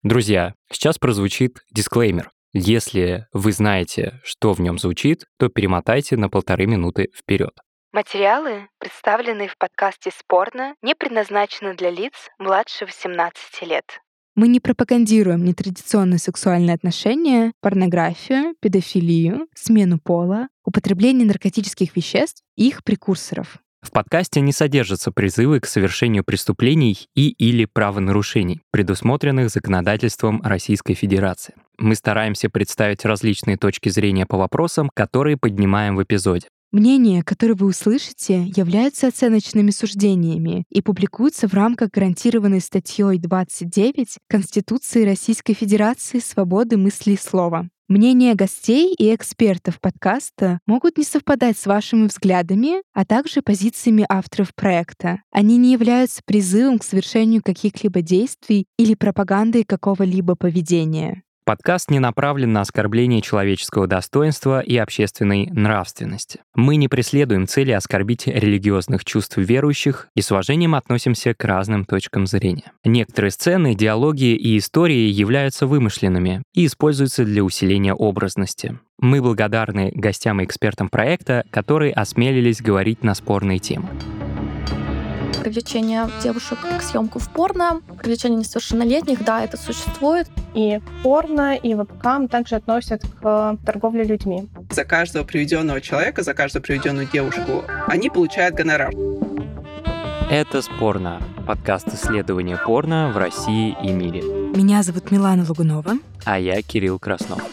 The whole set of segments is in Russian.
Друзья, сейчас прозвучит дисклеймер. Если вы знаете, что в нем звучит, то перемотайте на 1,5 минуты вперед. Материалы, представленные в подкасте «Спорно», не предназначены для лиц младше 18 лет. Мы не пропагандируем нетрадиционные сексуальные отношения, порнографию, педофилию, смену пола, употребление наркотических веществ и их прекурсоров. В подкасте не содержатся призывы к совершению преступлений и/или правонарушений, предусмотренных законодательством Российской Федерации. Мы стараемся представить различные точки зрения по вопросам, которые поднимаем в эпизоде. Мнения, которые вы услышите, являются оценочными суждениями и публикуются в рамках гарантированной статьей 29 Конституции Российской Федерации свободы мысли и слова. Мнения гостей и экспертов подкаста могут не совпадать с вашими взглядами, а также позициями авторов проекта. Они не являются призывом к совершению каких-либо действий или пропагандой какого-либо поведения. Подкаст не направлен на оскорбление человеческого достоинства и общественной нравственности. Мы не преследуем цели оскорбить религиозных чувств верующих и с уважением относимся к разным точкам зрения. Некоторые сцены, диалоги и истории являются вымышленными и используются для усиления образности. Мы благодарны гостям и экспертам проекта, которые осмелились говорить на спорные темы. Привлечение девушек к съемку в порно, привлечение несовершеннолетних, да, это существует. И порно, и вебкам также относят к торговле людьми. За каждого приведенного человека, за каждую приведенную девушку, они получают гонорар. Это «Спорно» — подкаст исследования порно в России и мире. Меня зовут Милана Логунова. А я Кирилл Краснов.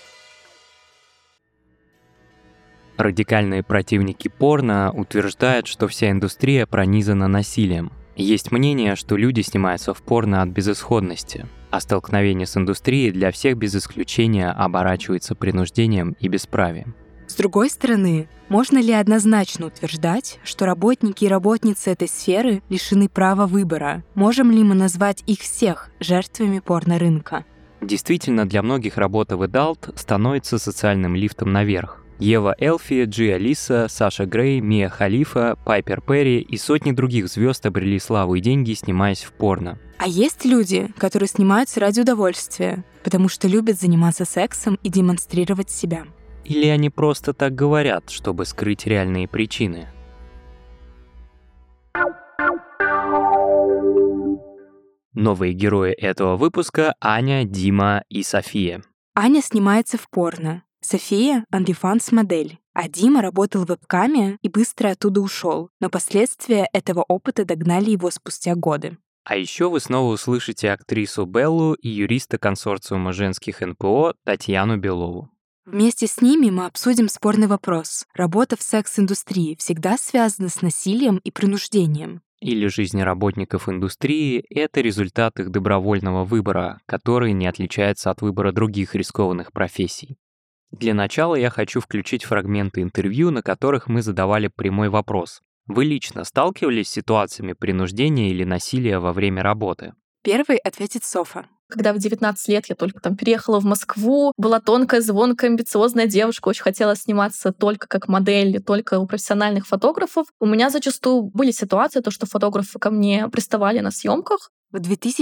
Радикальные противники порно утверждают, что вся индустрия пронизана насилием. Есть мнение, что люди снимаются в порно от безысходности, а столкновение с индустрией для всех без исключения оборачивается принуждением и бесправием. С другой стороны, можно ли однозначно утверждать, что работники и работницы этой сферы лишены права выбора? Можем ли мы назвать их всех жертвами порно-рынка? Действительно, для многих работа в Adult становится социальным лифтом наверх. Ева Элфи, Джия Лиса, Саша Грей, Мия Халифа, Пайпер Перри и сотни других звезд обрели славу и деньги, снимаясь в порно. А есть люди, которые снимаются ради удовольствия, потому что любят заниматься сексом и демонстрировать себя. Или они просто так говорят, чтобы скрыть реальные причины? Новые герои этого выпуска — Аня, Дима и София. Аня снимается в порно. София — OnlyFans-модель, а Дима работал в вебкаме и быстро оттуда ушел, но последствия этого опыта догнали его спустя годы. А еще вы снова услышите актрису Беллу и юриста консорциума женских НПО Татьяну Белову. Вместе с ними мы обсудим спорный вопрос. Работа в секс-индустрии всегда связана с насилием и принуждением. Или жизнь работников индустрии — это результат их добровольного выбора, который не отличается от выбора других рискованных профессий. Для начала я хочу включить фрагменты интервью, на которых мы задавали прямой вопрос. Вы лично сталкивались с ситуациями принуждения или насилия во время работы? Первой ответит Софа. Когда в 19 лет я только переехала в Москву, была тонкая, звонкая, амбициозная девушка, очень хотела сниматься только как модель, только у профессиональных фотографов. У меня зачастую были ситуации, что фотографы ко мне приставали на съемках. В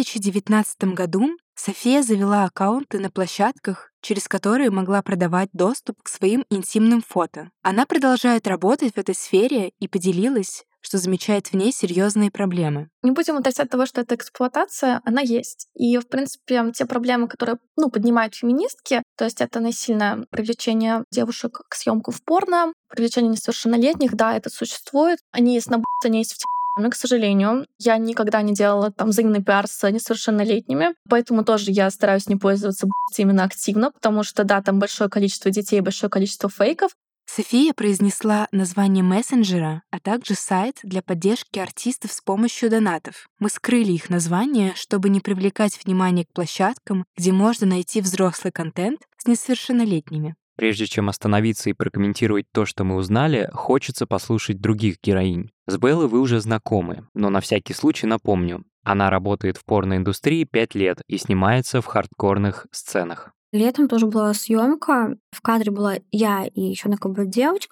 2019 году София завела аккаунты на площадках, через которые могла продавать доступ к своим интимным фото. Она продолжает работать в этой сфере и поделилась, что замечает в ней серьезные проблемы. Не будем отрицать того, что эта эксплуатация, она есть. И, в принципе, те проблемы, которые поднимают феминистки, то есть это насильное привлечение девушек к съемку в порно, привлечение несовершеннолетних, да, это существует. Они есть на они есть в но, к сожалению, я никогда не делала взаимный пиар с несовершеннолетними, поэтому тоже я стараюсь не пользоваться именно активно, потому что, да, там большое количество детей, большое количество фейков. София произнесла название мессенджера, а также сайт для поддержки артистов с помощью донатов. Мы скрыли их название, чтобы не привлекать внимание к площадкам, где можно найти взрослый контент с несовершеннолетними. Прежде чем остановиться и прокомментировать то, что мы узнали, хочется послушать других героинь. С Беллой вы уже знакомы, но на всякий случай напомню. Она работает в порноиндустрии 5 лет и снимается в хардкорных сценах. Летом тоже была съемка. В кадре была я и еще девочка.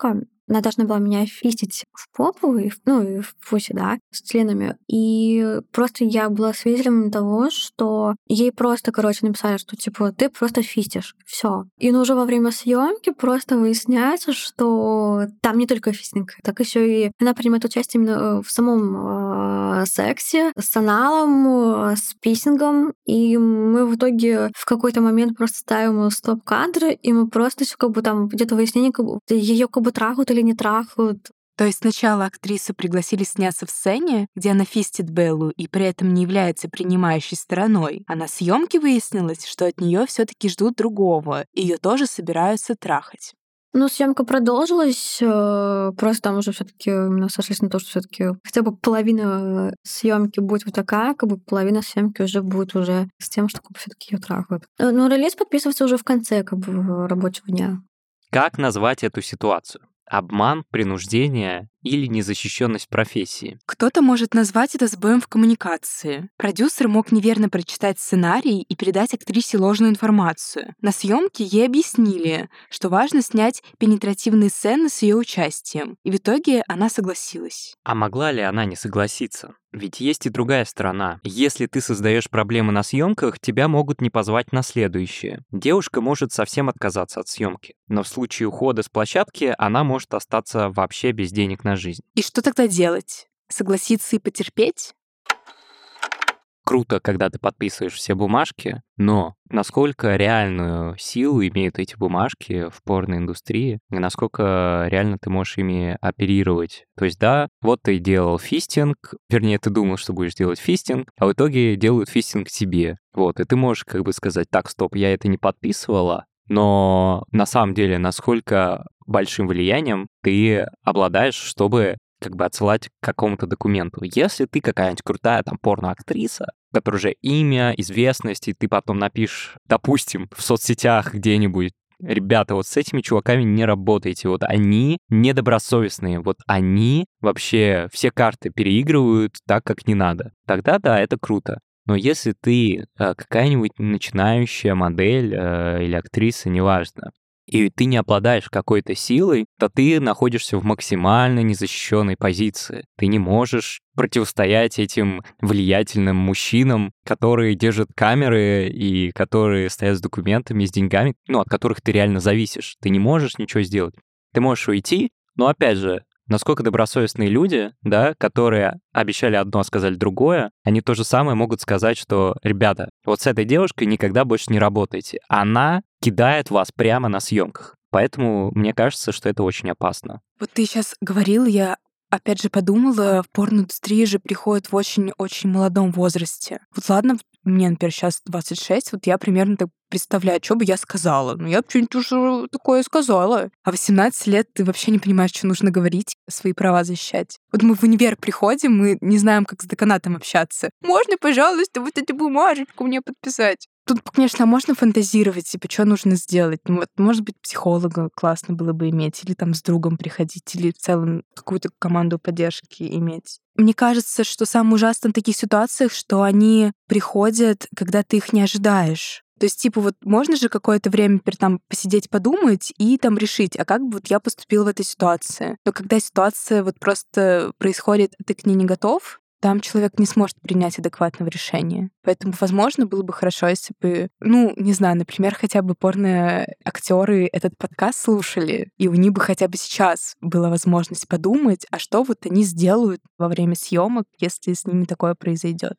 Она должна была меня фистить в попу, и в пусе, да, с членами. И просто я была свидетелем того, что ей просто, написали, что типа ты просто фистишь. Все. И уже во время съемки просто выясняется, что там не только фистинг, так еще и она принимает участие именно в самом сексе, с аналом, с писингом. И мы в итоге в какой-то момент просто ставим стоп-кадры, и мы просто еще там где-то выяснение, ее трахают или не трахают. То есть сначала актрису пригласили сняться в сцене, где она фистит Беллу и при этом не является принимающей стороной, а на съемке выяснилось, что от нее все-таки ждут другого, и ее тоже собираются трахать. Съемка продолжилась, просто там уже все-таки именно сошлись на то, что все-таки хотя бы половина съемки будет вот такая, половина съемки уже будет уже с тем, что все-таки ее трахают. Но релиз подписывается уже в конце рабочего дня. Как назвать эту ситуацию? Обман, принуждение или незащищенность профессии? Кто-то может назвать это сбоем в коммуникации. Продюсер мог неверно прочитать сценарий и передать актрисе ложную информацию. На съемке ей объяснили, что важно снять пенетративные сцены с ее участием, и в итоге она согласилась. А могла ли она не согласиться? Ведь есть и другая сторона. Если ты создаешь проблемы на съемках, тебя могут не позвать на следующее. Девушка может совсем отказаться от съемки, но в случае ухода с площадки она может остаться вообще без денег на жизнь. И что тогда делать? Согласиться и потерпеть? Круто, когда ты подписываешь все бумажки, но насколько реальную силу имеют эти бумажки в порноиндустрии, и насколько реально ты можешь ими оперировать. То есть да, вот ты делал фистинг, вернее, ты думал, что будешь делать фистинг, а в итоге делают фистинг тебе. Вот, и ты можешь сказать, так, стоп, я это не подписывала, но на самом деле насколько большим влиянием ты обладаешь, чтобы отсылать к какому-то документу. Если ты какая-нибудь крутая порноактриса, у которой уже имя, известность, и ты потом напишешь, допустим, в соцсетях где-нибудь, ребята, вот с этими чуваками не работайте, вот они недобросовестные, вот они вообще все карты переигрывают так, как не надо. Тогда да, это круто. Но если ты какая-нибудь начинающая модель или актриса, неважно, и ты не обладаешь какой-то силой, то ты находишься в максимально незащищенной позиции. Ты не можешь противостоять этим влиятельным мужчинам, которые держат камеры и которые стоят с документами, с деньгами, от которых ты реально зависишь. Ты не можешь ничего сделать. Ты можешь уйти, но опять же, насколько добросовестные люди, да, которые обещали одно, а сказали другое, они то же самое могут сказать, что, ребята, вот с этой девушкой никогда больше не работайте. Она кидает вас прямо на съемках. Поэтому мне кажется, что это очень опасно. Вот ты сейчас говорил, я опять же подумала, в порноиндустрии же приходят в очень-очень молодом возрасте. Вот ладно, мне, например, сейчас 26, вот я примерно так представляю, что бы я сказала. Я бы что-нибудь уже такое сказала. А 18 лет ты вообще не понимаешь, что нужно говорить, свои права защищать. Вот мы в универ приходим, мы не знаем, как с деканатом общаться. Можно, пожалуйста, вот эту бумажечку мне подписать? Тут, конечно, можно фантазировать, что нужно сделать. Может быть, психолога классно было бы иметь, или с другом приходить, или в целом какую-то команду поддержки иметь. Мне кажется, что самое ужасное в таких ситуациях, что они приходят, когда ты их не ожидаешь. То есть, можно же какое-то время посидеть, подумать и решить, а как бы я поступила в этой ситуации. Но когда ситуация просто происходит, а ты к ней не готов, там человек не сможет принять адекватного решения. Поэтому, возможно, было бы хорошо, если бы, не знаю, например, хотя бы порно-актеры этот подкаст слушали, и у них бы хотя бы сейчас была возможность подумать, а что они сделают во время съемок, если с ними такое произойдет.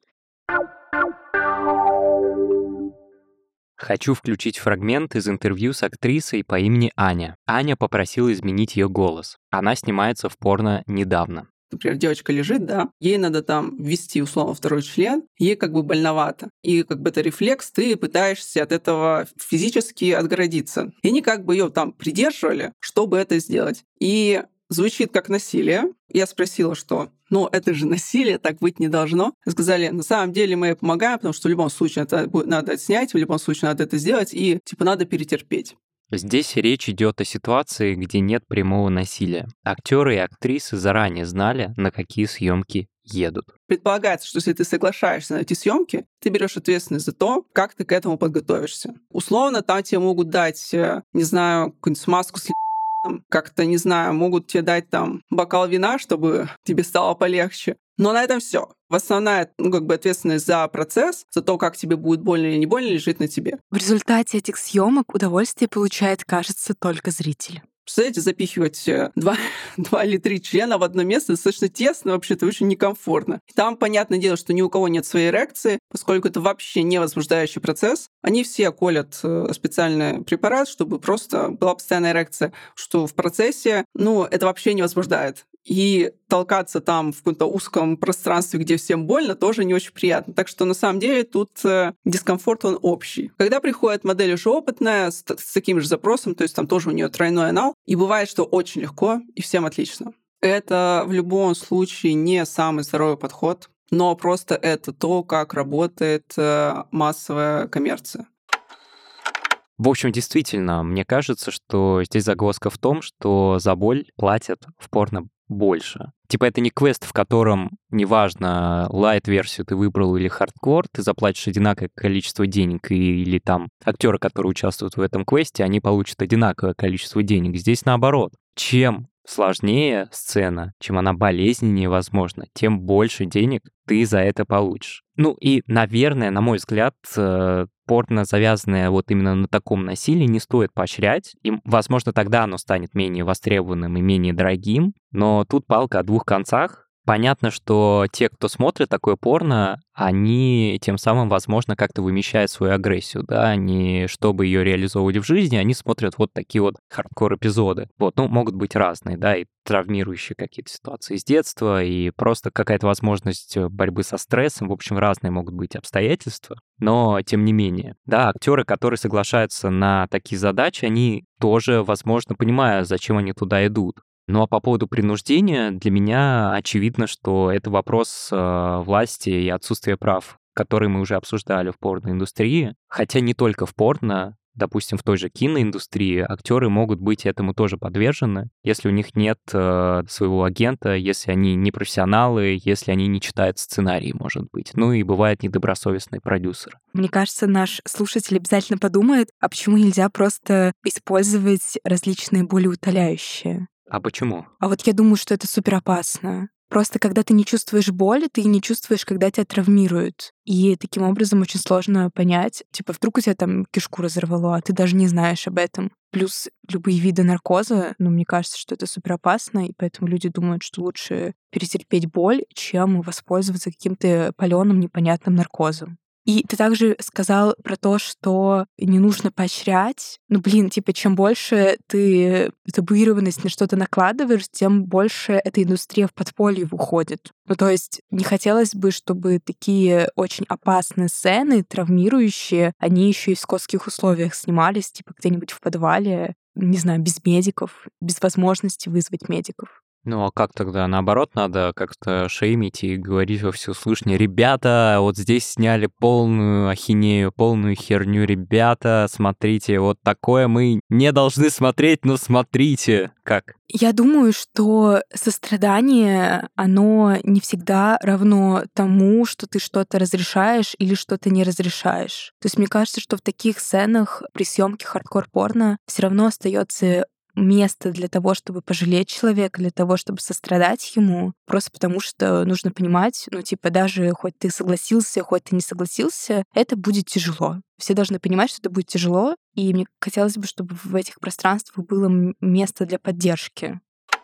Хочу включить фрагмент из интервью с актрисой по имени Аня. Аня попросила изменить ее голос. Она снимается в порно недавно. Например, девочка лежит, да, ей надо ввести условно второй член, ей больновато. И это рефлекс, ты пытаешься от этого физически отгородиться. И они ее придерживали, чтобы это сделать. И звучит как насилие. Я спросила, что это же насилие, так быть не должно. Сказали, на самом деле мы ей помогаем, потому что в любом случае это надо снять, в любом случае надо это сделать, и надо перетерпеть. Здесь речь идет о ситуации, где нет прямого насилия. Актеры и актрисы заранее знали, на какие съемки едут. Предполагается, что если ты соглашаешься на эти съемки, ты берешь ответственность за то, как ты к этому подготовишься. Условно, там тебе могут дать, не знаю, какую-нибудь смазку с как-то, не знаю, могут тебе дать там бокал вина, чтобы тебе стало полегче. Но на этом все. Основная ответственность за процесс, за то, как тебе будет больно или не больно, лежит на тебе. В результате этих съемок удовольствие получает, кажется, только зритель. Представляете, запихивать 2 или 3 члена в одно место достаточно тесно, вообще-то очень некомфортно. И там, понятное дело, что ни у кого нет своей эрекции, поскольку это вообще не возбуждающий процесс. Они все колят специальный препарат, чтобы просто была постоянная эрекция, что в процессе, это вообще не возбуждает. И толкаться там в каком-то узком пространстве, где всем больно, тоже не очень приятно. Так что на самом деле тут дискомфорт, он общий. Когда приходит модель уже опытная, с таким же запросом, то есть там тоже у нее тройной анал, и бывает, что очень легко и всем отлично. Это в любом случае не самый здоровый подход, но просто это то, как работает массовая коммерция. В общем, действительно, мне кажется, что здесь загвоздка в том, что за боль платят в порно больше. Типа это не квест, в котором, неважно, лайт-версию ты выбрал или хардкор, ты заплатишь одинаковое количество денег, или там актеры, которые участвуют в этом квесте, они получат одинаковое количество денег. Здесь наоборот. Чем сложнее сцена, чем она болезненнее, возможно, тем больше денег ты за это получишь. И, наверное, на мой взгляд, порно, завязанное вот именно на таком насилии, не стоит поощрять. И, возможно, тогда оно станет менее востребованным и менее дорогим. Но тут палка о двух концах. Понятно, что те, кто смотрит такое порно, они тем самым, возможно, как-то вымещают свою агрессию, да, они, чтобы ее реализовывали в жизни, они смотрят вот такие вот хардкор-эпизоды. Могут быть разные, да, и травмирующие какие-то ситуации из детства, и просто какая-то возможность борьбы со стрессом, в общем, разные могут быть обстоятельства, но тем не менее, да, актеры, которые соглашаются на такие задачи, они тоже, возможно, понимают, зачем они туда идут. Ну а по поводу принуждения, для меня очевидно, что это вопрос власти и отсутствия прав, которые мы уже обсуждали в порноиндустрии. Хотя не только в порно, допустим, в той же киноиндустрии актеры могут быть этому тоже подвержены, если у них нет своего агента, если они не профессионалы, если они не читают сценарий, может быть. И бывает недобросовестный продюсер. Мне кажется, наш слушатель обязательно подумает, а почему нельзя просто использовать различные болеутоляющие? А почему? А вот я думаю, что это супер опасно. Просто когда ты не чувствуешь боли, ты не чувствуешь, когда тебя травмируют. И таким образом очень сложно понять, вдруг у тебя там кишку разорвало, а ты даже не знаешь об этом. Плюс любые виды наркоза, мне кажется, что это супер опасно, и поэтому люди думают, что лучше перетерпеть боль, чем воспользоваться каким-то палёным непонятным наркозом. И ты также сказал про то, что не нужно поощрять. Чем больше ты табуированность на что-то накладываешь, тем больше эта индустрия в подполье уходит. То есть не хотелось бы, чтобы такие очень опасные сцены, травмирующие, они еще и в скотских условиях снимались, где-нибудь в подвале, не знаю, без медиков, без возможности вызвать медиков. А как тогда? Наоборот, надо как-то шеймить и говорить во всеуслышание: ребята, вот здесь сняли полную ахинею, полную херню, ребята, смотрите, вот такое мы не должны смотреть, но смотрите. Как? Я думаю, что сострадание, оно не всегда равно тому, что ты что-то разрешаешь или что-то не разрешаешь. То есть мне кажется, что в таких сценах при съемке хардкор-порно все равно остается место для того, чтобы пожалеть человека, для того, чтобы сострадать ему, просто потому что нужно понимать, даже хоть ты согласился, хоть ты не согласился, это будет тяжело. Все должны понимать, что это будет тяжело, и мне хотелось бы, чтобы в этих пространствах было место для поддержки.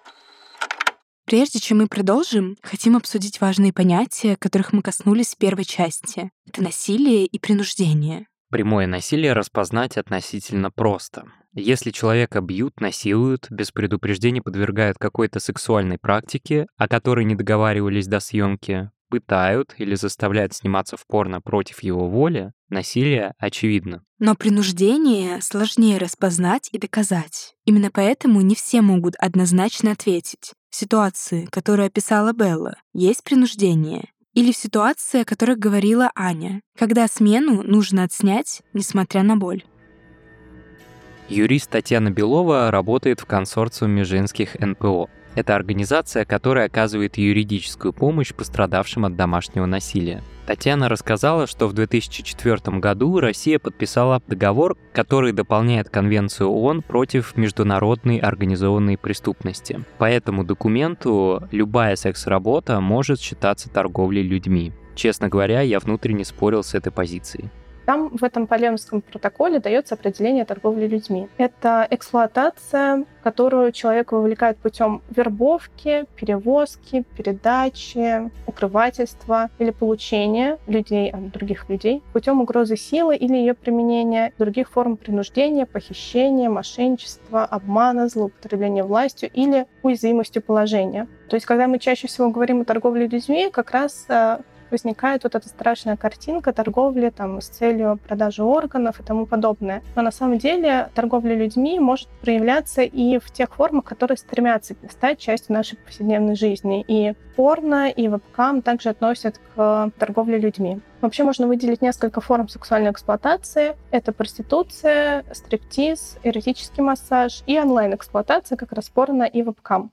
Прежде чем мы продолжим, хотим обсудить важные понятия, которых мы коснулись в первой части. Это насилие и принуждение. Прямое насилие распознать относительно просто. Если человека бьют, насилуют, без предупреждения подвергают какой-то сексуальной практике, о которой не договаривались до съемки, пытают или заставляют сниматься в порно против его воли, насилие очевидно. Но принуждение сложнее распознать и доказать. Именно поэтому не все могут однозначно ответить. В ситуации, которую описала Белла, есть принуждение. Или в ситуации, о которой говорила Аня, когда смену нужно отснять, несмотря на боль. Юрист Татьяна Белова работает в консорциуме женских НПО. Это организация, которая оказывает юридическую помощь пострадавшим от домашнего насилия. Татьяна рассказала, что в 2004 году Россия подписала договор, который дополняет Конвенцию ООН против международной организованной преступности. По этому документу любая секс-работа может считаться торговлей людьми. Честно говоря, я внутренне спорил с этой позицией. Там в этом Палермском протоколе дается определение торговли людьми. Это эксплуатация, которую человека вовлекают путем вербовки, перевозки, передачи, укрывательства или получения людей от других людей путем угрозы силы или ее применения, других форм принуждения, похищения, мошенничества, обмана, злоупотребления властью или уязвимостью положения. То есть, когда мы чаще всего говорим о торговле людьми, как раз возникает вот эта страшная картинка торговли с целью продажи органов и тому подобное. Но на самом деле торговля людьми может проявляться и в тех формах, которые стремятся стать частью нашей повседневной жизни. И порно, и вебкам также относят к торговле людьми. Вообще можно выделить несколько форм сексуальной эксплуатации. Это проституция, стриптиз, эротический массаж и онлайн-эксплуатация, как раз порно и вебкам.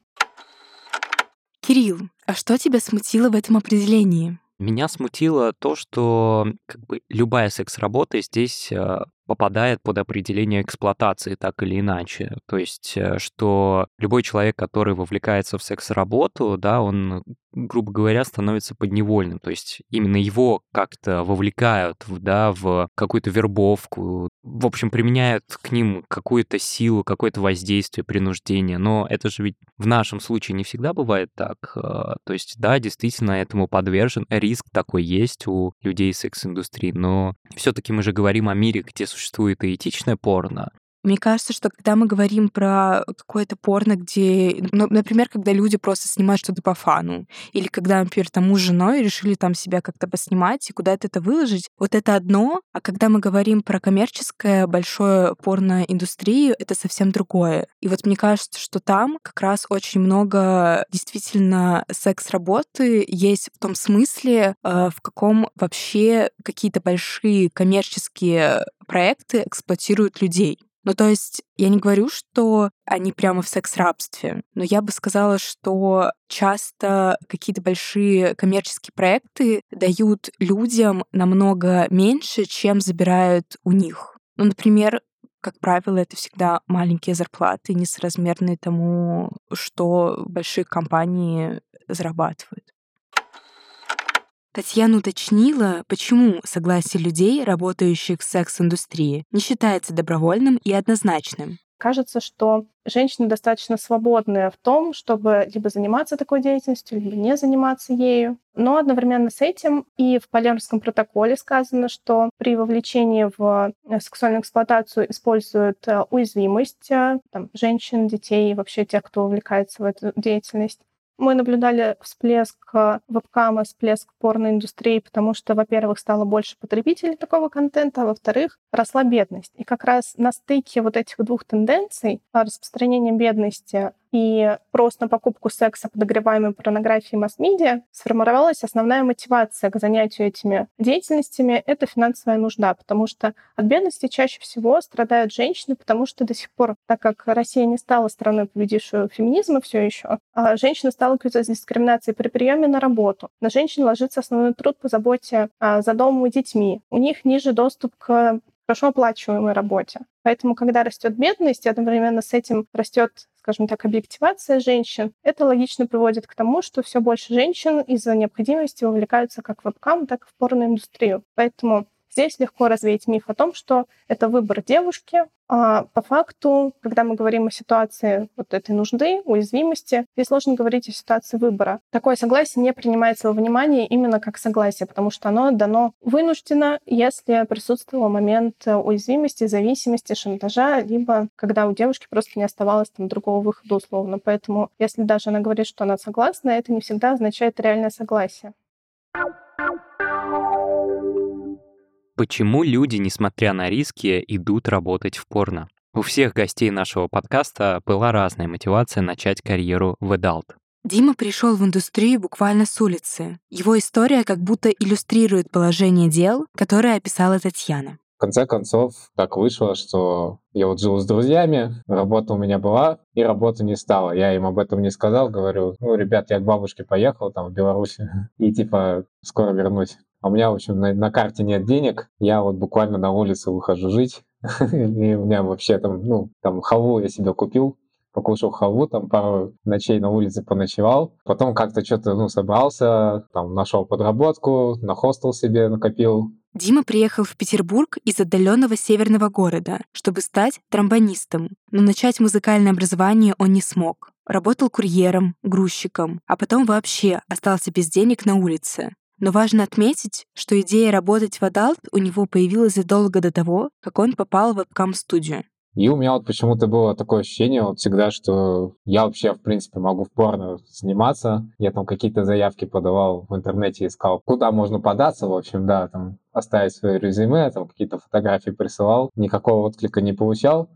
Кирилл, а что тебя смутило в этом определении? Меня смутило то, что любая секс-работа здесь попадает под определение эксплуатации так или иначе. То есть, что любой человек, который вовлекается в секс-работу, да, он, грубо говоря, становится подневольным. То есть именно его как-то вовлекают, да, в какую-то вербовку, в общем, применяют к ним какую-то силу, какое-то воздействие, принуждение. Но это же ведь в нашем случае не всегда бывает так. То есть, да, действительно, этому подвержен, риск такой есть у людей из секс-индустрии, но все-таки мы же говорим о мире, где существует и этичное порно. Мне кажется, что когда мы говорим про какое-то порно, где, например, когда люди просто снимают что-то по фану, или когда, например, муж с женой решили себя как-то поснимать и куда-то это выложить, вот это одно, а когда мы говорим про коммерческое большое порноиндустрию, это совсем другое. И вот мне кажется, что там как раз очень много действительно секс-работы есть в том смысле, в каком вообще какие-то большие коммерческие проекты эксплуатируют людей. Ну, то есть я не говорю, что они прямо в секс-рабстве, но я бы сказала, что часто какие-то большие коммерческие проекты дают людям намного меньше, чем забирают у них. Ну, например, как правило, это всегда маленькие зарплаты, несоразмерные тому, что большие компании зарабатывают. Татьяна уточнила, почему согласие людей, работающих в секс-индустрии, не считается добровольным и однозначным. Кажется, что женщины достаточно свободны в том, чтобы либо заниматься такой деятельностью, либо не заниматься ею. Но одновременно с этим и в Палермском протоколе сказано, что при вовлечении в сексуальную эксплуатацию используют уязвимость женщин, детей и вообще тех, кто увлекается в эту деятельность. Мы наблюдали всплеск вебкама, всплеск порноиндустрии, потому что, во-первых, стало больше потребителей такого контента, а во-вторых, росла бедность. И как раз на стыке вот этих двух тенденций, распространения бедности и просто на покупку секса, подогреваемой порнографией, масс-медиа, сформировалась основная мотивация к занятию этими деятельностями — это финансовая нужда, потому что от бедности чаще всего страдают женщины, потому что до сих пор, так как Россия не стала страной, победившую феминизм все еще, женщины сталкиваются с дискриминацией при приеме на работу. На женщин ложится основной труд по заботе за домом и детьми. У них ниже доступ к хорошо оплачиваемой работе. Поэтому, когда растет бедность, и одновременно с этим растет, скажем так, объективация женщин, это логично приводит к тому, что все больше женщин из-за необходимости вовлекаются как в вебкам, так и в порноиндустрию. Поэтому здесь легко развеять миф о том, что это выбор девушки. А по факту, когда мы говорим о ситуации вот этой нужды, уязвимости, здесь сложно говорить о ситуации выбора. Такое согласие не принимается во внимание именно как согласие, потому что оно дано вынужденно, если присутствовал момент уязвимости, зависимости, шантажа, либо когда у девушки просто не оставалось другого выхода условно. Поэтому если даже она говорит, что она согласна, это не всегда означает реальное согласие. Почему люди, несмотря на риски, идут работать в порно? У всех гостей нашего подкаста была разная мотивация начать карьеру в Adult. Дима пришел в индустрию буквально с улицы. Его история как будто иллюстрирует положение дел, которое описала Татьяна. В конце концов, так вышло, что я вот жил с друзьями, работа у меня была, и работы не стало. Я им об этом не сказал, говорю, ребят, я к бабушке поехал там в Беларусь, и типа скоро вернусь. А у меня, в общем, на карте нет денег, я вот буквально на улицу выхожу жить, и у меня вообще там халву я себе купил, покушал халву, там пару ночей на улице поночевал, потом как-то что-то, собрался, там нашел подработку, на хостел себе накопил. Дима приехал в Петербург из отдаленного северного города, чтобы стать тромбонистом. Но начать музыкальное образование он не смог. Работал курьером, грузчиком, а потом вообще остался без денег на улице. Но важно отметить, что идея работать в Адалт у него появилась задолго до того, как он попал в вебкам-студию. И у меня вот почему-то было такое ощущение вот всегда, что я вообще, в принципе, могу в порно сниматься. Я там какие-то заявки подавал в интернете, искал, куда можно податься, в общем, да, там оставить свое резюме, там какие-то фотографии присылал. Никакого отклика не получал.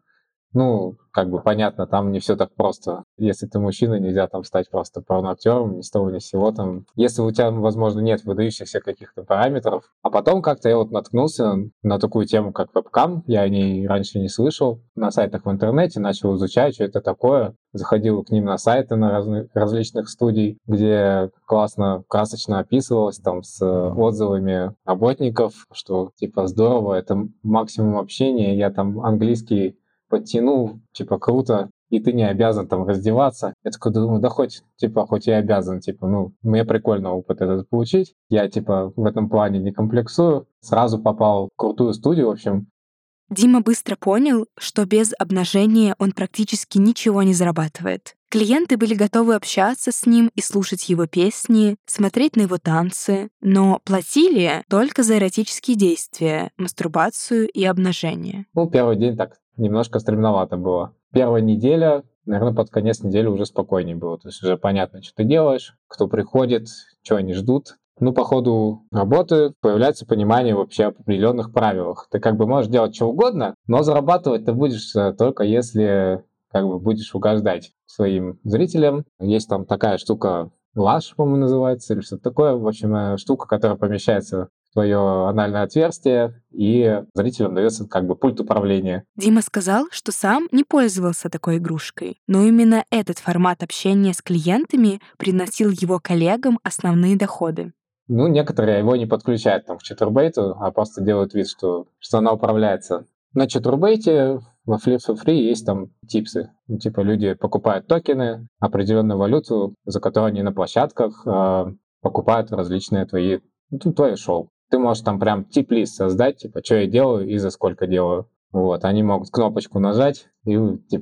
Понятно, там не все так просто. Если ты мужчина, нельзя там стать просто порноактером ни с того ни с сего. Там. Если у тебя, возможно, нет выдающихся каких-то параметров. А потом как-то я вот наткнулся на такую тему, как вебкам. Я о ней раньше не слышал. На сайтах в интернете начал изучать, что это такое. Заходил к ним на сайты на различных студий, где классно, красочно описывалось там с отзывами работников, что типа здорово, это максимум общения. Я там английский подтянул, типа, круто, и ты не обязан там раздеваться. Я такой думаю, да хоть я обязан, мне прикольно опыт этот получить. Я, в этом плане не комплексую. Сразу попал в крутую студию, в общем. Дима быстро понял, что без обнажения он практически ничего не зарабатывает. Клиенты были готовы общаться с ним и слушать его песни, смотреть на его танцы, но платили только за эротические действия, мастурбацию и обнажение. Первый день так немножко стремновато было. Первая неделя, наверное, под конец недели уже спокойнее было. То есть уже понятно, что ты делаешь, кто приходит, что они ждут. По ходу работы появляется понимание вообще об определенных правилах. Ты можешь делать что угодно, но зарабатывать ты будешь только если будешь угождать своим зрителям. Есть там такая штука, лаш, по-моему, называется, или что-то такое. В общем, штука, которая помещается в твое анальное отверстие, и зрителям дается пульт управления. Дима сказал, что сам не пользовался такой игрушкой, но именно этот формат общения с клиентами приносил его коллегам основные доходы. Некоторые его не подключают к чатурбейту, а просто делают вид, что она управляется. На чатурбейте во Flip for Free есть там типсы. Люди покупают токены, определенную валюту, за которую они на площадках покупают различные твои шоу. Ты можешь там прям тип-лист создать, что я делаю и за сколько делаю. Они могут кнопочку нажать, и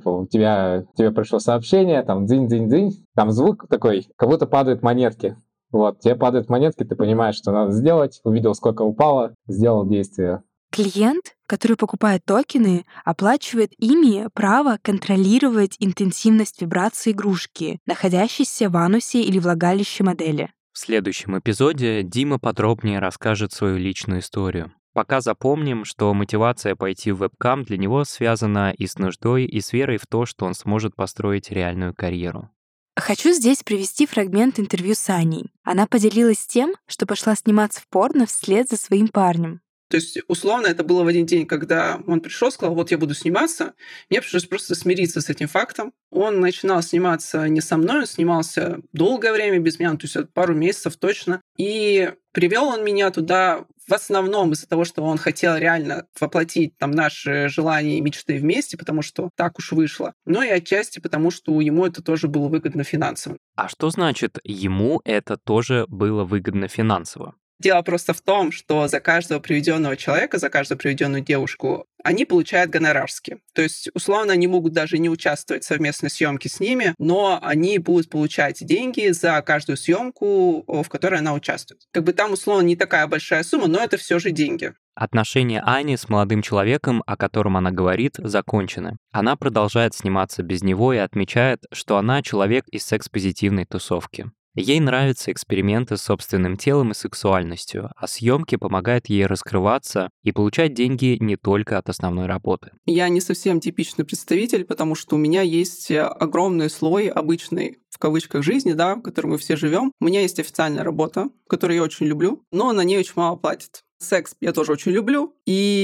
тебе пришло сообщение, там дзынь-дзынь-дзынь, там звук такой, как будто падают монетки. Тебе падают монетки, ты понимаешь, что надо сделать, увидел, сколько упало, сделал действие. Клиент, который покупает токены, оплачивает ими право контролировать интенсивность вибрации игрушки, находящейся в анусе или влагалище модели. В следующем эпизоде Дима подробнее расскажет свою личную историю. Пока запомним, что мотивация пойти в вебкам для него связана и с нуждой, и с верой в то, что он сможет построить реальную карьеру. Хочу здесь привести фрагмент интервью с Аней. Она поделилась тем, что пошла сниматься в порно вслед за своим парнем. То есть, условно, это было в один день, когда он пришел, сказал, вот я буду сниматься. Мне пришлось просто смириться с этим фактом. Он начинал сниматься не со мной, он снимался долгое время без меня, то есть пару месяцев точно. И привел он меня туда в основном из-за того, что он хотел реально воплотить там наши желания и мечты вместе, потому что так уж вышло. Но и отчасти потому, что ему это тоже было выгодно финансово. А что значит ему это тоже было выгодно финансово? Дело просто в том, что за каждого приведенного человека, за каждую приведенную девушку, они получают гонорарски. То есть, условно, они могут даже не участвовать в совместной съемке с ними, но они будут получать деньги за каждую съемку, в которой она участвует. Там, условно, не такая большая сумма, но это все же деньги. Отношения Ани с молодым человеком, о котором она говорит, закончены. Она продолжает сниматься без него и отмечает, что она человек из секс-позитивной тусовки. Ей нравятся эксперименты с собственным телом и сексуальностью, а съемки помогают ей раскрываться и получать деньги не только от основной работы. Я не совсем типичный представитель, потому что у меня есть огромный слой обычной, в кавычках, жизни, да, в которой мы все живем. У меня есть официальная работа, которую я очень люблю, но на ней очень мало платят. Секс я тоже очень люблю, и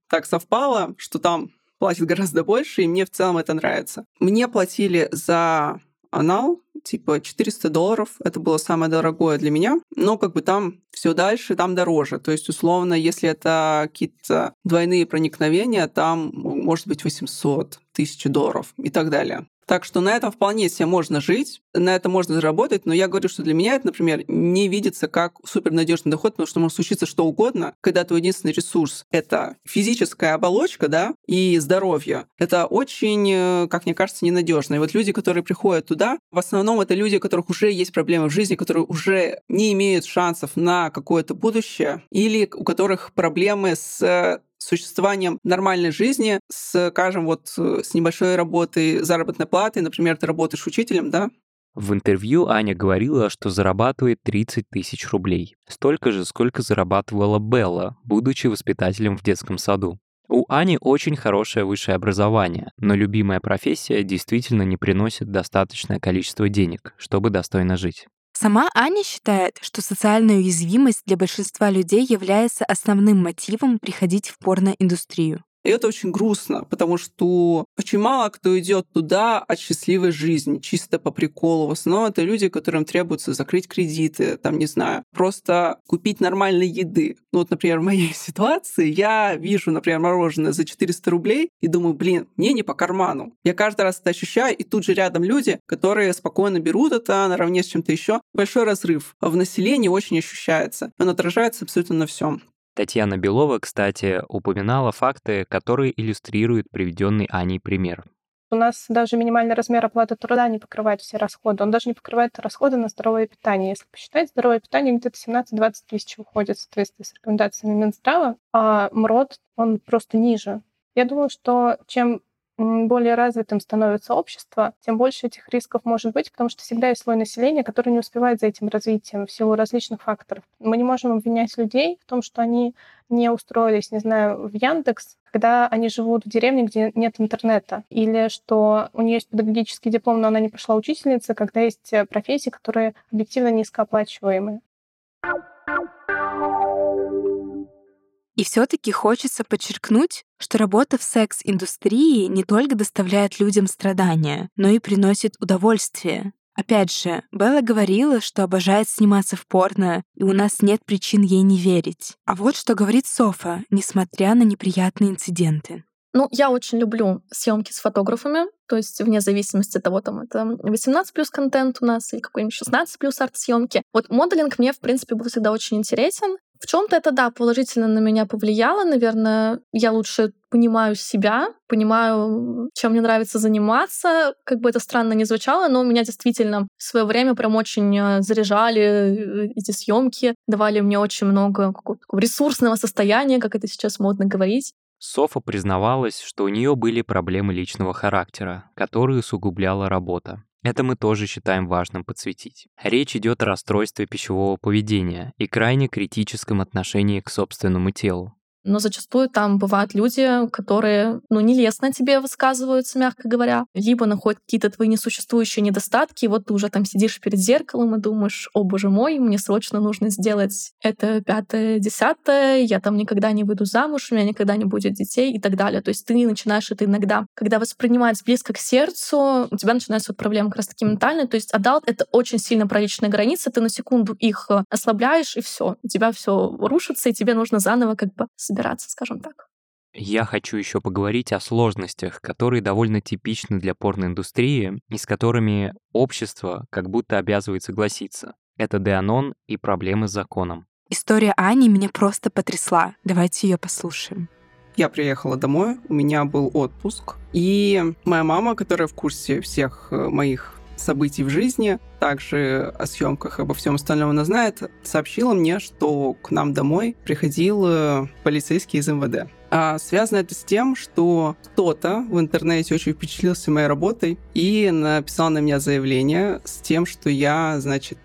так совпало, что там платят гораздо больше, и мне в целом это нравится. Мне платили за анал, типа $400, это было самое дорогое для меня, но как бы там все дальше, там дороже. То есть, условно, если это какие-то двойные проникновения, там может быть $800, $1000 и так далее. Так что на этом вполне себе можно жить, на это можно заработать, но я говорю, что для меня это, например, не видится как супернадежный доход, потому что может случиться что угодно, когда твой единственный ресурс — это физическая оболочка, да, и здоровье. Это очень, как мне кажется, ненадежно. И вот люди, которые приходят туда, в основном это люди, у которых уже есть проблемы в жизни, которые уже не имеют шансов на какое-то будущее, или у которых проблемы с существованием нормальной жизни, скажем, вот с небольшой работой, заработной платой, например, ты работаешь учителем, да? В интервью Аня говорила, что зарабатывает 30 тысяч рублей. Столько же, сколько зарабатывала Белла, будучи воспитателем в детском саду. У Ани очень хорошее высшее образование, но любимая профессия действительно не приносит достаточное количество денег, чтобы достойно жить. Сама Аня считает, что социальная уязвимость для большинства людей является основным мотивом приходить в порноиндустрию. И это очень грустно, потому что очень мало кто идет туда от счастливой жизни, чисто по приколу. В основном это люди, которым требуется закрыть кредиты, там, не знаю, просто купить нормальной еды. Ну вот, например, в моей ситуации я вижу, например, мороженое за 400 рублей и думаю, мне не по карману. Я каждый раз это ощущаю, и тут же рядом люди, которые спокойно берут это наравне с чем-то еще. Большой разрыв в населении очень ощущается. Он отражается абсолютно на всем. Татьяна Белова, кстати, упоминала факты, которые иллюстрируют приведенный Аней пример. У нас даже минимальный размер оплаты труда не покрывает все расходы. Он даже не покрывает расходы на здоровое питание. Если посчитать, здоровое питание где-то 17-20 тысяч уходит в соответствии с рекомендациями Минздрава, а МРОД, он просто ниже. Я думаю, что чем более развитым становится общество, тем больше этих рисков может быть, потому что всегда есть слой населения, который не успевает за этим развитием в силу различных факторов. Мы не можем обвинять людей в том, что они не устроились, не знаю, в Яндекс, когда они живут в деревне, где нет интернета, или что у нее есть педагогический диплом, но она не прошла учительница, когда есть профессии, которые объективно низкооплачиваемые. И все-таки хочется подчеркнуть, что работа в секс-индустрии не только доставляет людям страдания, но и приносит удовольствие. Опять же, Белла говорила, что обожает сниматься в порно, и у нас нет причин ей не верить. А вот что говорит Софа, несмотря на неприятные инциденты. Ну, я очень люблю съемки с фотографами, то есть вне зависимости от того, там это 18+ контент у нас или какой-нибудь 16+ арт-съемки. Вот моделинг мне, в принципе, был всегда очень интересен. В чем-то это, да, положительно на меня повлияло. Наверное, я лучше понимаю себя, понимаю, чем мне нравится заниматься. Как бы это странно ни звучало, но меня действительно в свое время прям очень заряжали эти съемки, давали мне очень много какого-то ресурсного состояния, как это сейчас модно говорить. Софа признавалась, что у нее были проблемы личного характера, которые усугубляла работа. Это мы тоже считаем важным подсветить. Речь идет о расстройстве пищевого поведения и крайне критическом отношении к собственному телу. Но зачастую там бывают люди, которые, нелестно тебе высказываются, мягко говоря, либо находят какие-то твои несуществующие недостатки, и вот ты уже там сидишь перед зеркалом и думаешь, о боже мой, мне срочно нужно сделать это 5-е, 10-е, я там никогда не выйду замуж, у меня никогда не будет детей и так далее. То есть ты начинаешь это иногда, когда воспринимать близко к сердцу, у тебя начинаются проблемы как раз таки ментальные. То есть адалт — это очень сильно про личные границы, ты на секунду их ослабляешь, и все, у тебя все рушится, и тебе нужно заново собираться, скажем так. Я хочу еще поговорить о сложностях, которые довольно типичны для порноиндустрии и с которыми общество как будто обязывает согласиться. Это Деанон и проблемы с законом. История Ани меня просто потрясла. Давайте ее послушаем. Я приехала домой, у меня был отпуск, и моя мама, которая в курсе всех моих событий в жизни, также о съемках, обо всем остальном она знает, сообщила мне, что к нам домой приходил полицейский из МВД. А связано это с тем, что кто-то в интернете очень впечатлился моей работой и написал на меня заявление с тем, что я,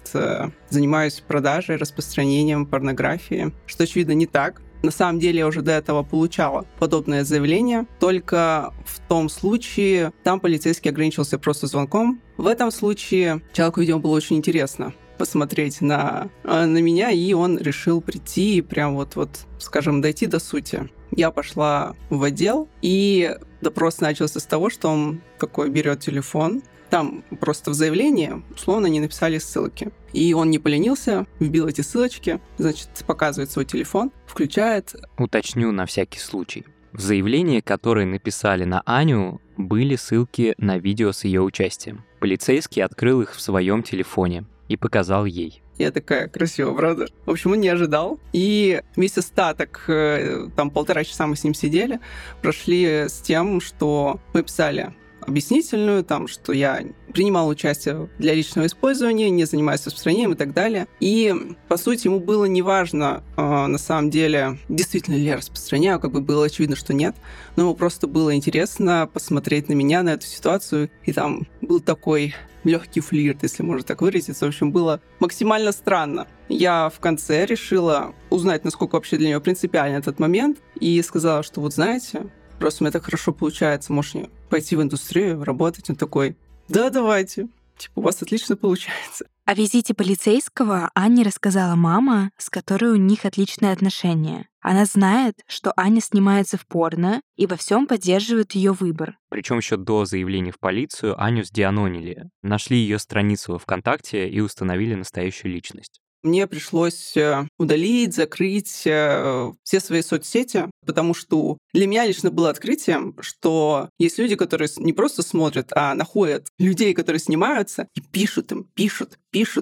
занимаюсь продажей, распространением порнографии, что, очевидно, не так. На самом деле я уже до этого получала подобное заявление, только в том случае там полицейский ограничился просто звонком. В этом случае человеку, видимо, было очень интересно посмотреть на меня, и он решил прийти и прям скажем, дойти до сути. Я пошла в отдел, и допрос начался с того, что он такой берет телефон. Там просто в заявлении условно не написали ссылки. И он не поленился, вбил эти ссылочки, значит, показывает свой телефон, включает. Уточню на всякий случай. В заявлении, которое написали на Аню, были ссылки на видео с ее участием. Полицейский открыл их в своем телефоне и показал ей. Я такая, красиво, правда? В общем, он не ожидал. И весь остаток, там 1,5 часа мы с ним сидели, прошли с тем, что мы писали объяснительную, там, что я принимал участие для личного использования, не занимаюсь распространением и так далее. И, по сути, ему было неважно, на самом деле, действительно ли я распространяю, как бы было очевидно, что нет, но ему просто было интересно посмотреть на меня, на эту ситуацию, и там был такой легкий флирт, если можно так выразиться. В общем, было максимально странно. Я в конце решила узнать, насколько вообще для него принципиален этот момент, и сказала, что вот знаете, просто у меня так хорошо получается, может, пойти в индустрию, работать. Он такой, да, давайте. Типа, у вас отлично получается. О визите полицейского Ане рассказала мама, с которой у них отличные отношения. Она знает, что Аня снимается в порно и во всем поддерживает ее выбор. Причем еще до заявления в полицию Аню сдианонили. Нашли ее страницу во ВКонтакте и установили настоящую личность. Мне пришлось удалить, закрыть все свои соцсети, потому что для меня лично было открытием, что есть люди, которые не просто смотрят, а находят людей, которые снимаются, и пишут им, пишут.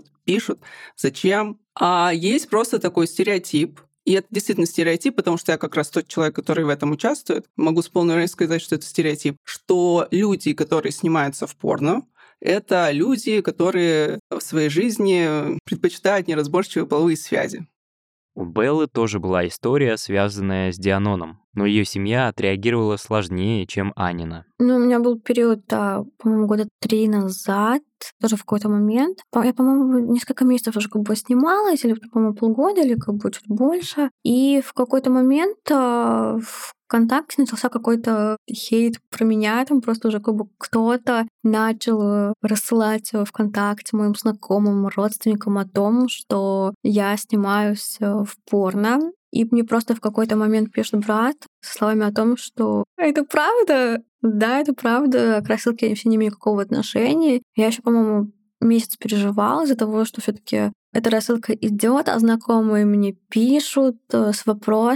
Зачем? А есть просто такой стереотип. И это действительно стереотип, потому что я как раз тот человек, который в этом участвует. Могу с полной уверенностью сказать, что это стереотип. Что люди, которые снимаются в порно, это люди, которые в своей жизни предпочитают неразборчивые половые связи. У Беллы тоже была история, связанная с Дианоном, но ее семья отреагировала сложнее, чем Анина. Ну, у меня был период, по-моему, 3 года назад, тоже в какой-то момент. Я, по-моему, несколько месяцев уже как бы снималась, или, по-моему, полгода, или как бы чуть больше. И в какой-то момент в ВКонтакте начался какой-то хейт про меня, там просто уже как бы кто-то начал рассылать ВКонтакте моим знакомым, родственникам о том, что я снимаюсь в порно. И мне просто в какой-то момент пишет брат со словами о том, что это правда? Да, это правда. К рассылке я вообще не имею никакого отношения. Я еще, по-моему, месяц переживала из-за того, что все-таки эта рассылка идет, а знакомые мне пишут с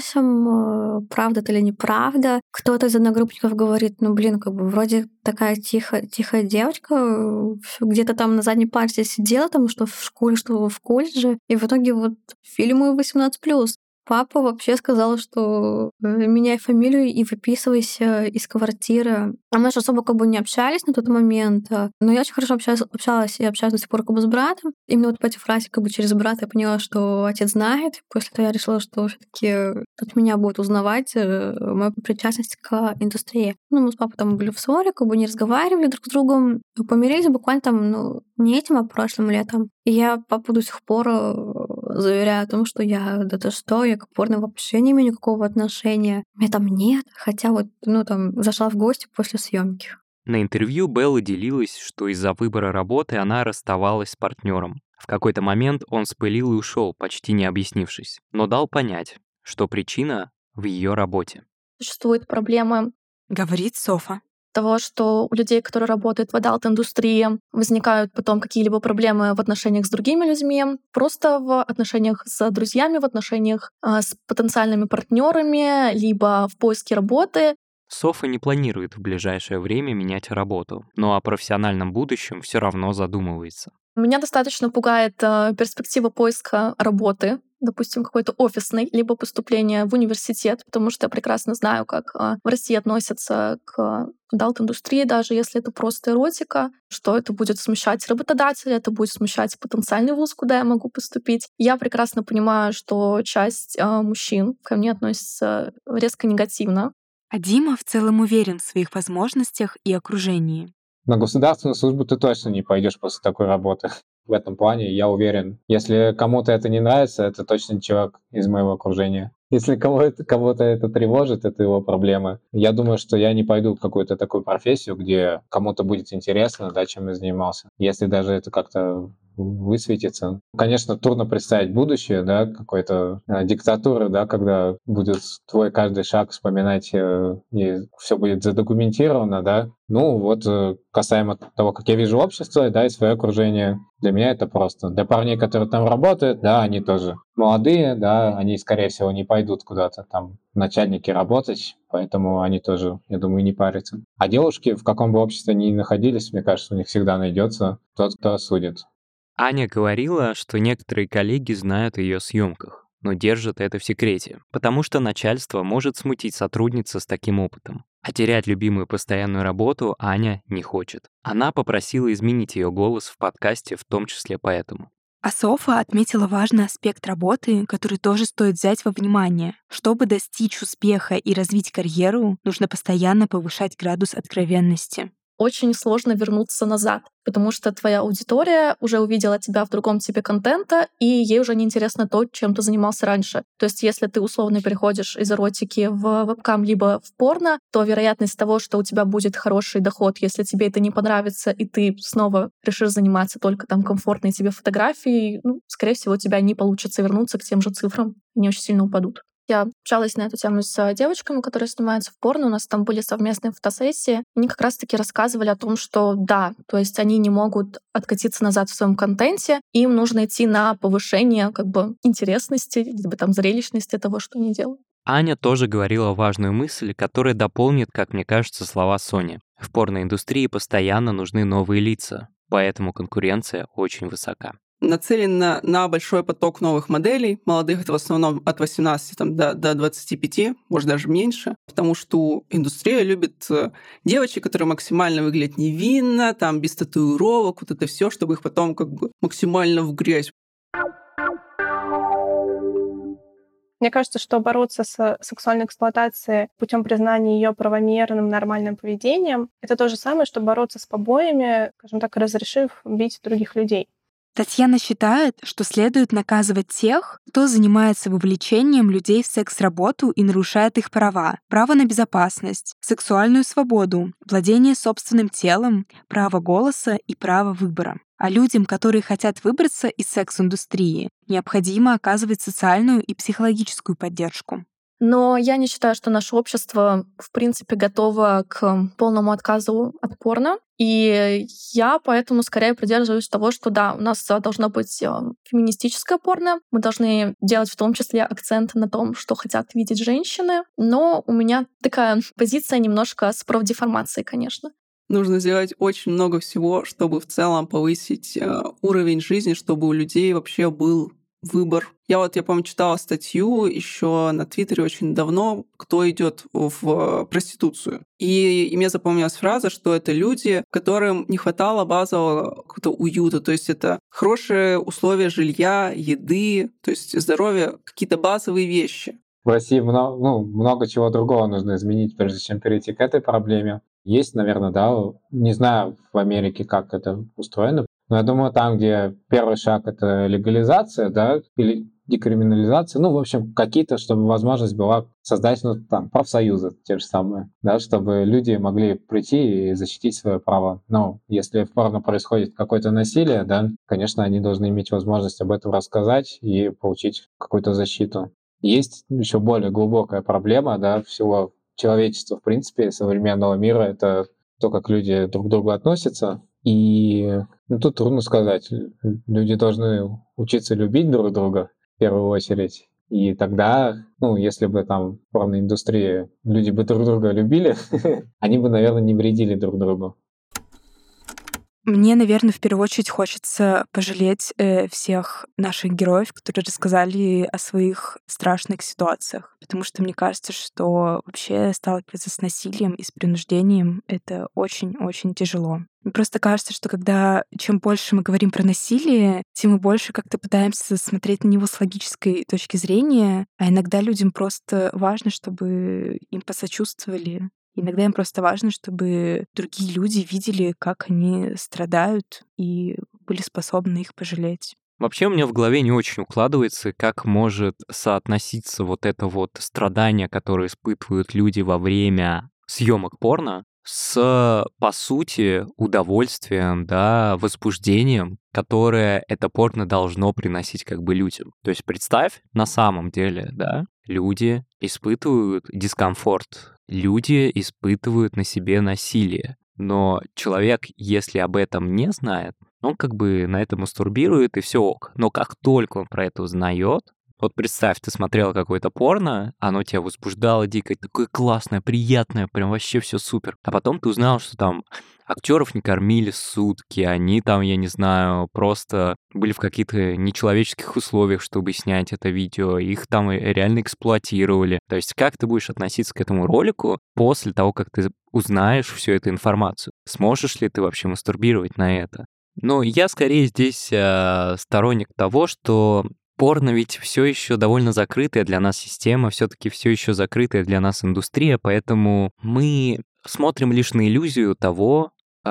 вопросом, правда это или неправда. Кто-то из одногруппников говорит, как бы вроде такая тихая девочка, где-то там на задней парте сидела, там что в школе, что в колледже, и в итоге вот фильмы 18+. Папа вообще сказал, что меняй фамилию и выписывайся из квартиры. А мы же особо как бы не общались на тот момент, но я очень хорошо общалась и общаюсь до сих пор как бы с братом. Именно вот по этой фразе как бы через брата я поняла, что отец знает. После этого я решила, что все-таки от меня будет узнавать мою причастность к индустрии. Мы с папой там были в ссоре, как бы не разговаривали друг с другом. Помирились буквально там, не этим, а прошлым летом. И я папу до сих пор заверяю о том, что я к порно вообще не имею никакого отношения. Меня там нет, хотя зашла в гости после съемки. На интервью Белла делилась, что из-за выбора работы она расставалась с партнером. В какой-то момент он спылил и ушел, почти не объяснившись, но дал понять, что причина в ее работе. Существует проблема, говорит Софа, того, что у людей, которые работают в адалт-индустрии, возникают потом какие-либо проблемы в отношениях с другими людьми, просто в отношениях с друзьями, в отношениях с потенциальными партнерами, либо в поиске работы. Софа не планирует в ближайшее время менять работу, но о профессиональном будущем все равно задумывается. Меня достаточно пугает перспектива поиска работы, допустим, какой-то офисной, либо поступления в университет, потому что я прекрасно знаю, как в России относятся к адалт-индустрии, даже если это просто эротика, что это будет смущать работодателя, это будет смущать потенциальный вуз, куда я могу поступить. Я прекрасно понимаю, что часть мужчин ко мне относится резко негативно. А Дима в целом уверен в своих возможностях и окружении. На государственную службу ты точно не пойдешь после такой работы. В этом плане я уверен. Если кому-то это не нравится, это точно человек из моего окружения. Если кого-то это тревожит, это его проблемы. Я думаю, что я не пойду в какую-то такую профессию, где кому-то будет интересно, чем я занимался. Если даже это как-то высветиться. Конечно, трудно представить будущее, да, какой-то диктатуры, да, когда будет твой каждый шаг вспоминать, и все будет задокументировано, да. Ну вот касаемо того, как я вижу общество, да, и свое окружение, для меня это просто. Для парней, которые там работают, да, они тоже молодые, да, они, скорее всего, не пойдут куда-то там начальники работать, поэтому они тоже, я думаю, не парятся. А девушки, в каком бы обществе ни находились, мне кажется, у них всегда найдется тот, кто осудит. Аня говорила, что некоторые коллеги знают о ее съемках, но держат это в секрете, потому что начальство может смутить сотрудницу с таким опытом. А терять любимую постоянную работу Аня не хочет. Она попросила изменить ее голос в подкасте, в том числе поэтому. А Софа отметила важный аспект работы, который тоже стоит взять во внимание. Чтобы достичь успеха и развить карьеру, нужно постоянно повышать градус откровенности. Очень сложно вернуться назад, потому что твоя аудитория уже увидела тебя в другом типе контента, и ей уже неинтересно то, чем ты занимался раньше. То есть если ты условно переходишь из эротики в вебкам либо в порно, то вероятность того, что у тебя будет хороший доход, если тебе это не понравится, и ты снова решишь заниматься только там комфортной тебе фотографией, скорее всего, у тебя не получится вернуться к тем же цифрам, они очень сильно упадут. Я общалась на эту тему с девочками, которые снимаются в порно. У нас там были совместные фотосессии. Они как раз-таки рассказывали о том, что да, то есть они не могут откатиться назад в своем контенте. Им нужно идти на повышение интересности, либо там зрелищности того, что они делают. Аня тоже говорила важную мысль, которая дополнит, как мне кажется, слова Сони. В порноиндустрии постоянно нужны новые лица, поэтому конкуренция очень высока. Нацелена на большой поток новых моделей. Молодых — это в основном от 18 до 25, может, даже меньше. Потому что индустрия любит девочек, которые максимально выглядят невинно, там, без татуировок, вот это все, чтобы их потом максимально в грязь. Мне кажется, что бороться с сексуальной эксплуатацией путем признания ее правомерным, нормальным поведением — это то же самое, что бороться с побоями, скажем так, разрешив бить других людей. Татьяна считает, что следует наказывать тех, кто занимается вовлечением людей в секс-работу и нарушает их права. Право на безопасность, сексуальную свободу, владение собственным телом, право голоса и право выбора. А людям, которые хотят выбраться из секс-индустрии, необходимо оказывать социальную и психологическую поддержку. Но я не считаю, что наше общество, в принципе, готово к полному отказу от порно. И я поэтому скорее придерживаюсь того, что да, у нас должно быть феминистическое порно. Мы должны делать в том числе акцент на том, что хотят видеть женщины. Но у меня такая позиция немножко с профдеформацией, конечно. Нужно сделать очень много всего, чтобы в целом повысить уровень жизни, чтобы у людей вообще был выбор. Я помню, читала статью еще на Твиттере очень давно, кто идет в проституцию. И мне запомнилась фраза, что это люди, которым не хватало базового какого-то уюта, то есть это хорошие условия жилья, еды, то есть здоровье, какие-то базовые вещи. В России много чего другого нужно изменить, прежде чем перейти к этой проблеме. Есть, наверное, да, не знаю в Америке, как это устроено, но я думаю, там, где первый шаг — это легализация, да, или декриминализация, в общем, какие-то, чтобы возможность была создать, профсоюзы те же самые, да, чтобы люди могли прийти и защитить свое право. Но если в порно происходит какое-то насилие, да, конечно, они должны иметь возможность об этом рассказать и получить какую-то защиту. Есть еще более глубокая проблема, да, всего человечества, в принципе, современного мира — это то, как люди друг к другу относятся. И тут трудно сказать. Люди должны учиться любить друг друга в первую очередь. И тогда, если бы там в порноиндустрии люди бы друг друга любили, они бы, наверное, не вредили друг другу. Мне, наверное, в первую очередь хочется пожалеть всех наших героев, которые рассказали о своих страшных ситуациях. Потому что мне кажется, что вообще сталкиваться с насилием и с принуждением — это очень-очень тяжело. Мне просто кажется, что чем больше мы говорим про насилие, тем мы больше как-то пытаемся смотреть на него с логической точки зрения, а иногда людям просто важно, чтобы им посочувствовали. Иногда им просто важно, чтобы другие люди видели, как они страдают, и были способны их пожалеть. Вообще у меня в голове не очень укладывается, как может соотноситься это страдание, которое испытывают люди во время съемок порно, с, по сути, удовольствием, да, возбуждением, которое это порно должно приносить как бы людям. То есть представь, на самом деле, да, люди испытывают дискомфорт, люди испытывают на себе насилие. Но человек, если об этом не знает, он как бы на это мастурбирует, и все ок. Но как только он про это узнает, вот представь, ты смотрела какое-то порно, оно тебя возбуждало дико, такое классное, приятное, прям вообще все супер. А потом ты узнал, что там актеров не кормили сутки, они там, я не знаю, просто были в каких-то нечеловеческих условиях, чтобы снять это видео, их там реально эксплуатировали. То есть как ты будешь относиться к этому ролику после того, как ты узнаешь всю эту информацию? Сможешь ли ты вообще мастурбировать на это? Ну, я скорее здесь сторонник того, что порно ведь все еще довольно закрытая для нас система, все-таки все еще закрытая для нас индустрия, поэтому мы смотрим лишь на иллюзию того,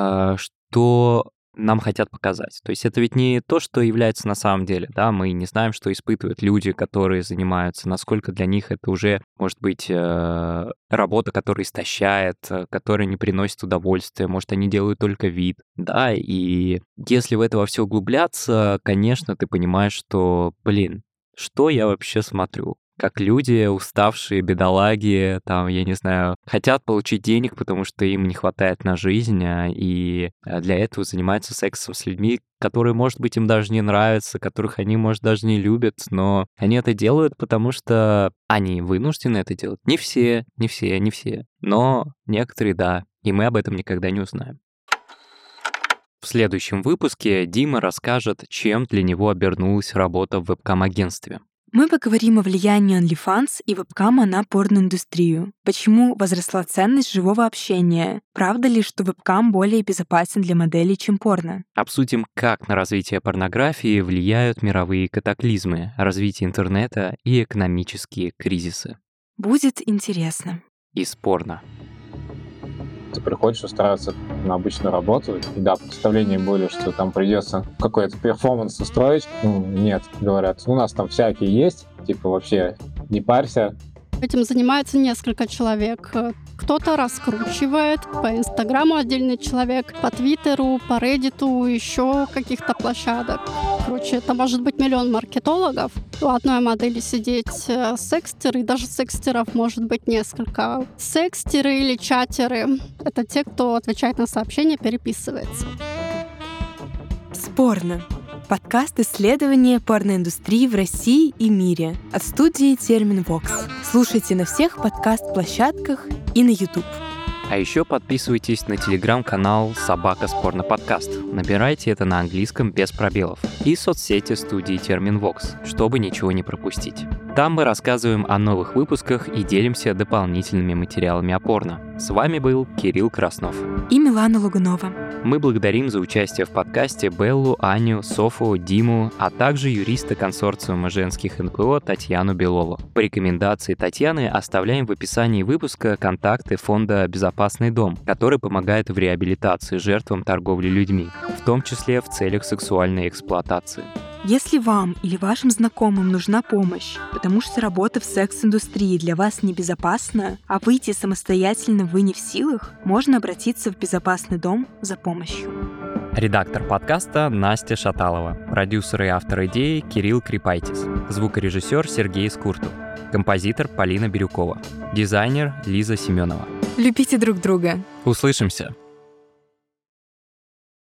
что нам хотят показать. То есть это ведь не то, что является на самом деле, да, мы не знаем, что испытывают люди, которые занимаются, насколько для них это уже, может быть, работа, которая истощает, которая не приносит удовольствия, может, они делают только вид, да, и если в это во все углубляться, конечно, ты понимаешь, что, что я вообще смотрю? Как люди, уставшие, бедолаги, там, я не знаю, хотят получить денег, потому что им не хватает на жизнь, и для этого занимаются сексом с людьми, которые, может быть, им даже не нравятся, которых они, может, даже не любят, но они это делают, потому что они вынуждены это делать. Не все, но некоторые, да, и мы об этом никогда не узнаем. В следующем выпуске Дима расскажет, чем для него обернулась работа в вебкам-агентстве. Мы поговорим о влиянии OnlyFans и вебкама на порноиндустрию. Почему возросла ценность живого общения? Правда ли, что вебкам более безопасен для моделей, чем порно? Обсудим, как на развитие порнографии влияют мировые катаклизмы, развитие интернета и экономические кризисы. Будет интересно. Из порно. Ты приходишь устраиваться на обычную работу, и да, представления были, что там придется какой-то перформанс устроить. Нет, говорят, у нас там всякие есть, типа вообще не парься. Этим занимается несколько человек. Кто-то раскручивает, по Инстаграму отдельный человек, по Твиттеру, по Реддиту, еще каких-то площадок. Короче, это может быть миллион маркетологов. У одной модели сидеть секстер, и даже секстеров может быть несколько. Секстеры или чатеры — это те, кто отвечает на сообщения, переписывается. Спорно. Подкаст исследования порноиндустрии в России и мире от студии Терминвокс. Слушайте на всех подкаст-площадках и на YouTube. А еще подписывайтесь на телеграм-канал «Собака Спорно Подкаст». Набирайте это на английском без пробелов. И соцсети студии Терминвокс, чтобы ничего не пропустить. Там мы рассказываем о новых выпусках и делимся дополнительными материалами о порно. С вами был Кирилл Краснов и Милана Лугунова. Мы благодарим за участие в подкасте Беллу, Аню, Софу, Диму, а также юриста консорциума женских НПО Татьяну Белову. По рекомендации Татьяны оставляем в описании выпуска контакты фонда «Безопасный дом», который помогает в реабилитации жертвам торговли людьми, в том числе в целях сексуальной эксплуатации. Если вам или вашим знакомым нужна помощь, потому что работа в секс-индустрии для вас небезопасна, а выйти самостоятельно вы не в силах, можно обратиться в «Безопасный дом» за помощью. Редактор подкаста Настя Шаталова, продюсер и автор идеи Кирилл Крипайтис, звукорежиссер Сергей Скуртов, композитор Полина Бирюкова, дизайнер Лиза Семенова. Любите друг друга. Услышимся!